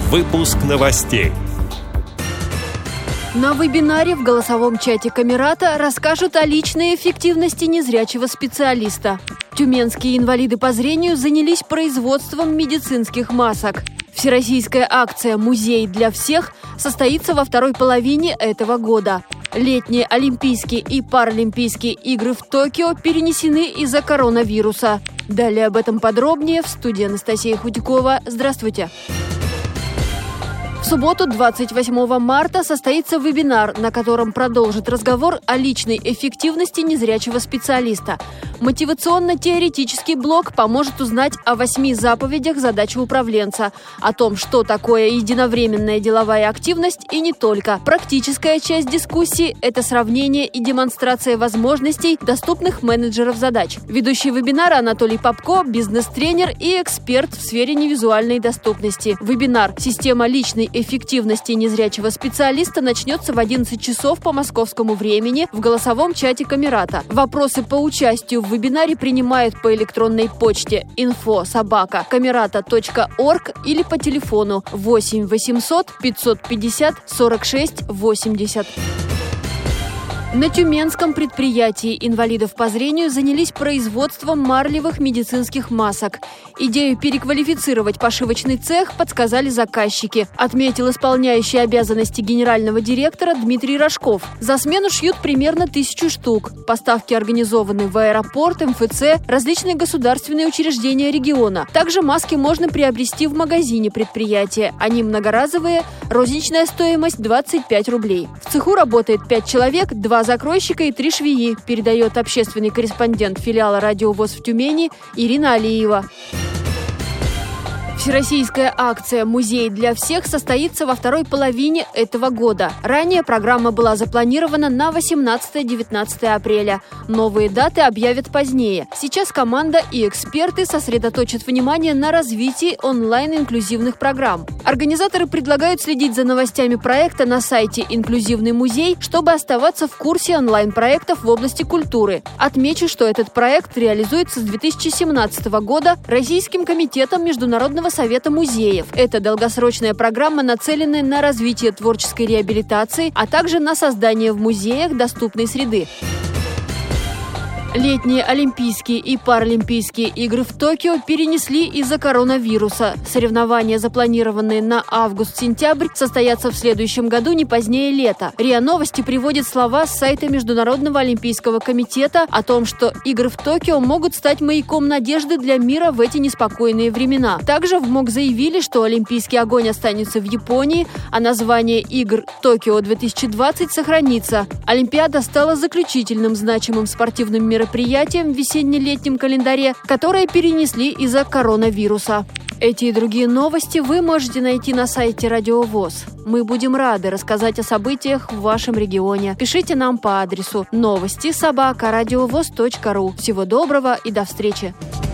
Выпуск новостей. На вебинаре в голосовом чате Камерата расскажут о личной эффективности незрячего специалиста. Тюменские инвалиды по зрению занялись производством медицинских масок. Всероссийская акция «Музей для всех» состоится во второй половине этого года. Летние Олимпийские и Паралимпийские игры в Токио перенесены из-за коронавируса. Далее об этом подробнее в студии Анастасия Худякова. Здравствуйте! В субботу, 28 марта, состоится вебинар, на котором продолжит разговор о личной эффективности незрячего специалиста. Мотивационно-теоретический блок поможет узнать о 8 заповедях задачи управленца, о том, что такое единовременная деловая активность и не только. Практическая часть дискуссии – это сравнение и демонстрация возможностей доступных менеджеров задач. Ведущий вебинара Анатолий Попко – бизнес-тренер и эксперт в сфере невизуальной доступности. Вебинар «Система личной эффективности незрячего специалиста» начнется в 11 часов по московскому времени в голосовом чате Камерата. Вопросы по участию в вебинаре принимают по электронной почте info@kamerata.org или по телефону 8 800 550 46 80. На тюменском предприятии инвалидов по зрению занялись производством марлевых медицинских масок. Идею переквалифицировать пошивочный цех подсказали заказчики, отметил исполняющий обязанности генерального директора Дмитрий Рожков. За смену шьют примерно 1000 штук. Поставки организованы в аэропорт, МФЦ, различные государственные учреждения региона. Также маски можно приобрести в магазине предприятия. Они многоразовые, розничная стоимость 25 рублей. В цеху работает 5 человек, 2 закройщика и 3 швеи, передает общественный корреспондент филиала «Радио ВОС» в Тюмени Ирина Алиева. Всероссийская акция «Музей для всех» состоится во второй половине этого года. Ранее программа была запланирована на 18-19 апреля. Новые даты объявят позднее. Сейчас команда и эксперты сосредоточат внимание на развитии онлайн-инклюзивных программ. Организаторы предлагают следить за новостями проекта на сайте «Инклюзивный музей», чтобы оставаться в курсе онлайн-проектов в области культуры. Отмечу, что этот проект реализуется с 2017 года Российским комитетом Международного совета музеев. Это долгосрочная программа, нацеленная на развитие творческой реабилитации, а также на создание в музеях доступной среды. Летние Олимпийские и Паралимпийские игры в Токио перенесли из-за коронавируса. Соревнования, запланированные на август-сентябрь, состоятся в следующем году не позднее лета. РИА Новости приводит слова с сайта Международного олимпийского комитета о том, что игры в Токио могут стать маяком надежды для мира в эти неспокойные времена. Также в МОК заявили, что олимпийский огонь останется в Японии, а название игр «Токио-2020» сохранится. Олимпиада стала заключительным значимым спортивным мероприятием в весенне-летнем календаре, которые перенесли из-за коронавируса. Эти и другие новости вы можете найти на сайте Радио ВОС. Мы будем рады рассказать о событиях в вашем регионе. Пишите нам по адресу новости@радиовос.ру. Всего доброго и до встречи!